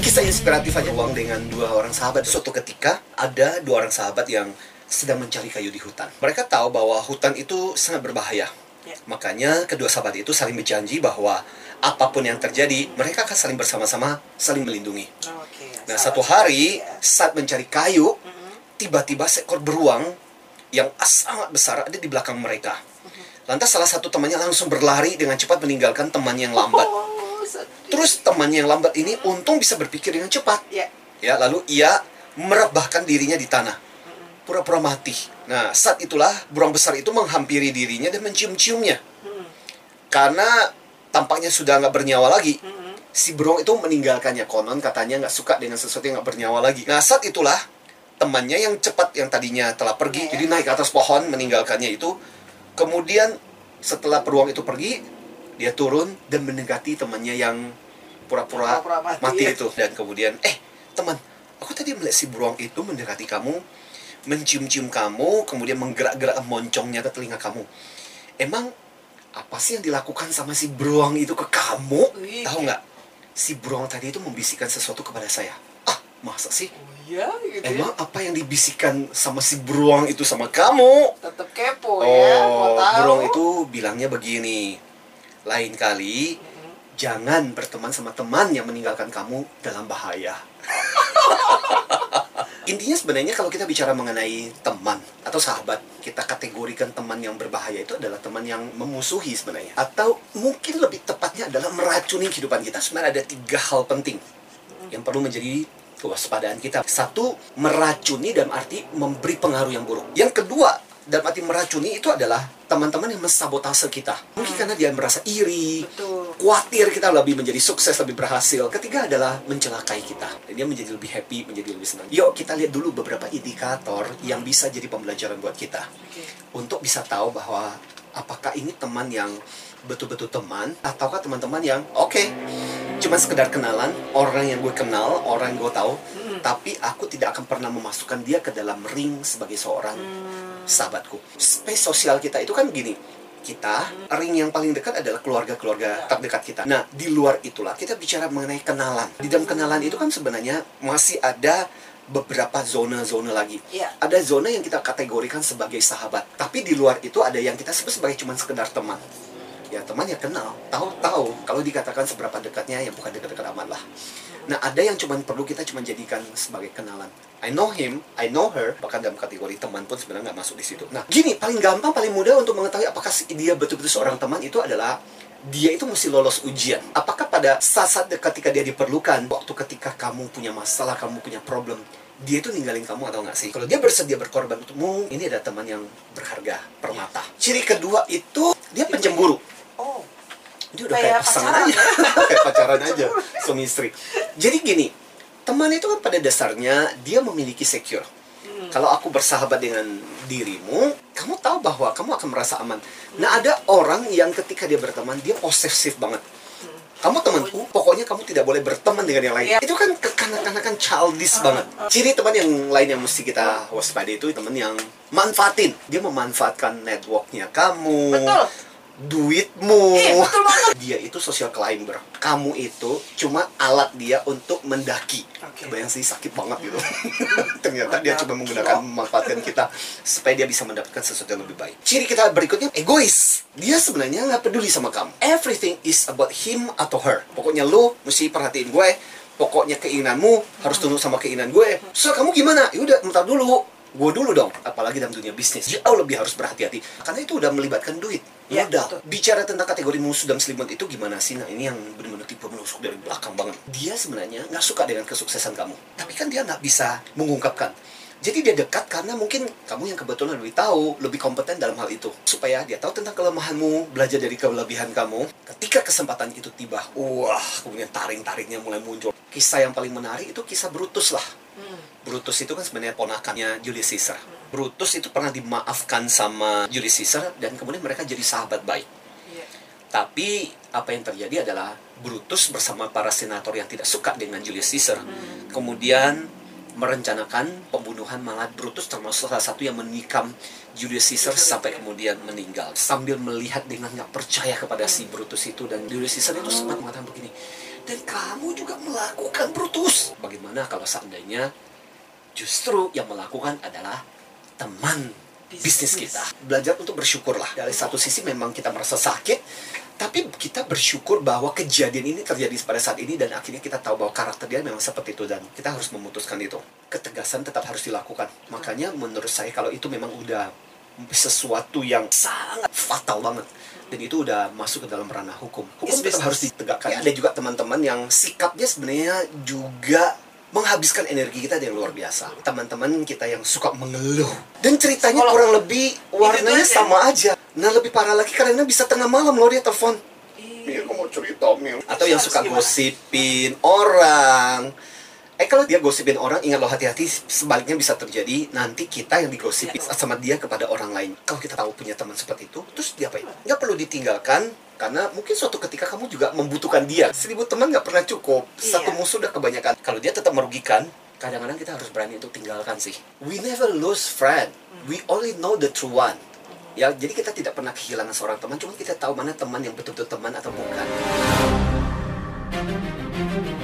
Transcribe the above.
Kisah inspiratif aja, uang dengan dua orang sahabat. Suatu ketika ada dua orang sahabat yang sedang mencari kayu di hutan. Mereka tahu bahwa hutan itu sangat berbahaya. Makanya kedua sahabat itu saling berjanji bahwa apapun yang terjadi, mereka akan saling bersama-sama, saling melindungi. Nah, satu hari saat mencari kayu, tiba-tiba seekor beruang yang sangat besar ada di belakang mereka. Lantas salah satu temannya langsung berlari dengan cepat meninggalkan temannya yang lambat. Terus temannya yang lambat ini untung bisa berpikir dengan cepat. Ya, lalu ia merebahkan dirinya di tanah, pura-pura mati. Nah, saat itulah beruang besar itu menghampiri dirinya dan mencium-ciumnya. Karena tampaknya sudah nggak bernyawa lagi, si beruang itu meninggalkannya. Konon katanya nggak suka dengan sesuatu yang nggak bernyawa lagi. Nah, saat itulah temannya yang cepat, yang tadinya telah pergi, jadi naik ke atas pohon meninggalkannya itu. Kemudian setelah beruang itu pergi, dia turun dan mendekati temannya yang pura-pura mati itu. Dan kemudian, teman, aku tadi melihat si beruang itu mendekati kamu, mencium-cium kamu, kemudian menggerak-gerak moncongnya ke telinga kamu. Emang apa sih yang dilakukan sama si beruang itu ke kamu? Tahu nggak? Si beruang tadi itu membisikkan sesuatu kepada saya. Ah, masa sih? Emang apa yang dibisikkan sama si beruang itu sama kamu? Tetap kepo ya, mau tahu. Beruang itu bilangnya begini. Lain kali, jangan berteman sama teman yang meninggalkan kamu dalam bahaya. Intinya sebenarnya kalau kita bicara mengenai teman atau sahabat, kita kategorikan teman yang berbahaya itu adalah teman yang memusuhi sebenarnya. Atau mungkin lebih tepatnya adalah meracuni kehidupan kita. Sebenarnya ada 3 hal penting yang perlu menjadi kewaspadaan kita. 1, meracuni dalam arti memberi pengaruh yang buruk. Yang kedua, dalam arti meracuni itu adalah teman-teman yang mensabotase kita. Mungkin karena dia merasa iri, khawatir kita lebih menjadi sukses, lebih berhasil. Ketiga adalah mencelakai kita. Dan dia menjadi lebih happy, menjadi lebih senang. Yuk kita lihat dulu beberapa indikator yang bisa jadi pembelajaran buat kita. Untuk bisa tahu bahwa apakah ini teman yang betul-betul teman, ataukah teman-teman yang cuma sekedar kenalan, orang yang gue kenal, orang yang gue tahu, tapi aku tidak akan pernah memasukkan dia ke dalam ring sebagai seorang sahabatku. Space sosial kita itu kan gini, kita, ring yang paling dekat adalah keluarga-keluarga terdekat kita. Nah, di luar itulah kita bicara mengenai kenalan. Di dalam kenalan itu kan sebenarnya masih ada beberapa zona-zona lagi. Ada zona yang kita kategorikan sebagai sahabat, tapi di luar itu ada yang kita sebut sebagai cuma sekedar teman. Ya, teman yang kenal, tahu kalau dikatakan seberapa dekatnya, ya bukan dekat-dekat amat lah. Nah, ada yang perlu kita jadikan sebagai kenalan. I know him, I know her, bahkan dalam kategori teman pun sebenarnya nggak masuk di situ. Nah, gini, paling gampang, paling mudah untuk mengetahui apakah dia betul-betul seorang teman itu adalah dia itu mesti lolos ujian. Apakah pada saat-saat ketika dia diperlukan, waktu ketika kamu punya masalah, kamu punya problem, dia itu ninggalin kamu atau nggak sih? Kalau dia bersedia berkorban untukmu, ini ada teman yang berharga, permata. Ciri kedua itu, dia pencemburu. Dia udah kayak pasangan aja, kayak pacaran aja, suami istri. Jadi gini, teman itu kan pada dasarnya dia memiliki secure. Kalau aku bersahabat dengan dirimu, kamu tahu bahwa kamu akan merasa aman. Nah, ada orang yang ketika dia berteman, dia posesif banget. Kamu temanku, pokoknya kamu tidak boleh berteman dengan yang lain. Itu kan kekanak-kanakan childish banget. Ciri teman yang lain yang mesti kita waspadai itu teman yang manfaatin. Dia memanfaatkan networknya kamu. Duitmu. Dia itu social climber. Kamu itu cuma alat dia untuk mendaki. Kebayang sih, sakit banget gitu. Ternyata dia coba memanfaatkan kita supaya dia bisa mendapatkan sesuatu yang lebih baik. Ciri kita berikutnya, egois. Dia sebenarnya nggak peduli sama kamu. Everything is about him atau her. Pokoknya lo mesti perhatiin gue. Pokoknya keinginanmu harus tunduk sama keinginan gue. So, kamu gimana? Yaudah, bentar dulu. Gue dulu dong, apalagi dalam dunia bisnis. Jauh lebih harus berhati-hati, karena itu udah melibatkan duit. Bicara tentang kategori musuh dan selimut itu gimana sih? Nah, ini yang benar-benar tipe menusuk dari belakang banget. Dia sebenarnya nggak suka dengan kesuksesan kamu, tapi kan dia nggak bisa mengungkapkan. Jadi dia dekat karena mungkin kamu yang kebetulan lebih tahu, lebih kompeten dalam hal itu. Supaya dia tahu tentang kelemahanmu, belajar dari kelebihan kamu. Ketika kesempatan itu tiba, kemudian taring-taringnya mulai muncul. Kisah yang paling menarik itu kisah Brutus lah. Brutus itu kan sebenarnya ponakannya Julius Caesar. Brutus itu pernah dimaafkan sama Julius Caesar dan kemudian mereka jadi sahabat baik. Tapi apa yang terjadi adalah Brutus bersama para senator yang tidak suka dengan Julius Caesar kemudian merencanakan pembunuhan. Malah Brutus termasuk salah satu yang menikam Julius Caesar sampai kemudian meninggal. Sambil melihat dengan nggak percaya kepada si Brutus itu, dan Julius Caesar itu sempat mengatakan begini, dan kamu juga melakukan Brutus. Bagaimana kalau seandainya justru yang melakukan adalah teman bisnis kita? Belajar untuk bersyukurlah. Dari satu sisi memang kita merasa sakit, tapi kita bersyukur bahwa kejadian ini terjadi pada saat ini, dan akhirnya kita tahu bahwa karakter dia memang seperti itu, dan kita harus memutuskan itu. Ketegasan tetap harus dilakukan. Makanya menurut saya kalau itu memang udah sesuatu yang sangat fatal banget, dan itu udah masuk ke dalam ranah hukum. Hukum tetap harus ditegakkan. Ya, ada juga teman-teman yang sikapnya sebenarnya juga menghabiskan energi kita yang luar biasa. Teman-teman kita yang suka mengeluh, dan ceritanya kurang lebih warnanya sama aja. Nah, lebih parah lagi karena bisa tengah malam loh dia telepon. Mil, kamu mau cerita, Mil? Atau yang suka gosipin orang. Kalau dia gosipin orang, ingat loh, hati-hati, sebaliknya bisa terjadi nanti kita yang digosipin sama dia kepada orang lain. Kalau kita tahu punya teman seperti itu, terus diapain? Nggak perlu ditinggalkan, karena mungkin suatu ketika kamu juga membutuhkan dia. 1000 teman nggak pernah cukup, satu musuh udah kebanyakan. Kalau dia tetap merugikan, kadang-kadang kita harus berani untuk tinggalkan sih. We never lose friend, we only know the true one. Ya, jadi kita tidak pernah kehilangan seorang teman, cuma kita tahu mana teman yang betul-betul teman atau bukan.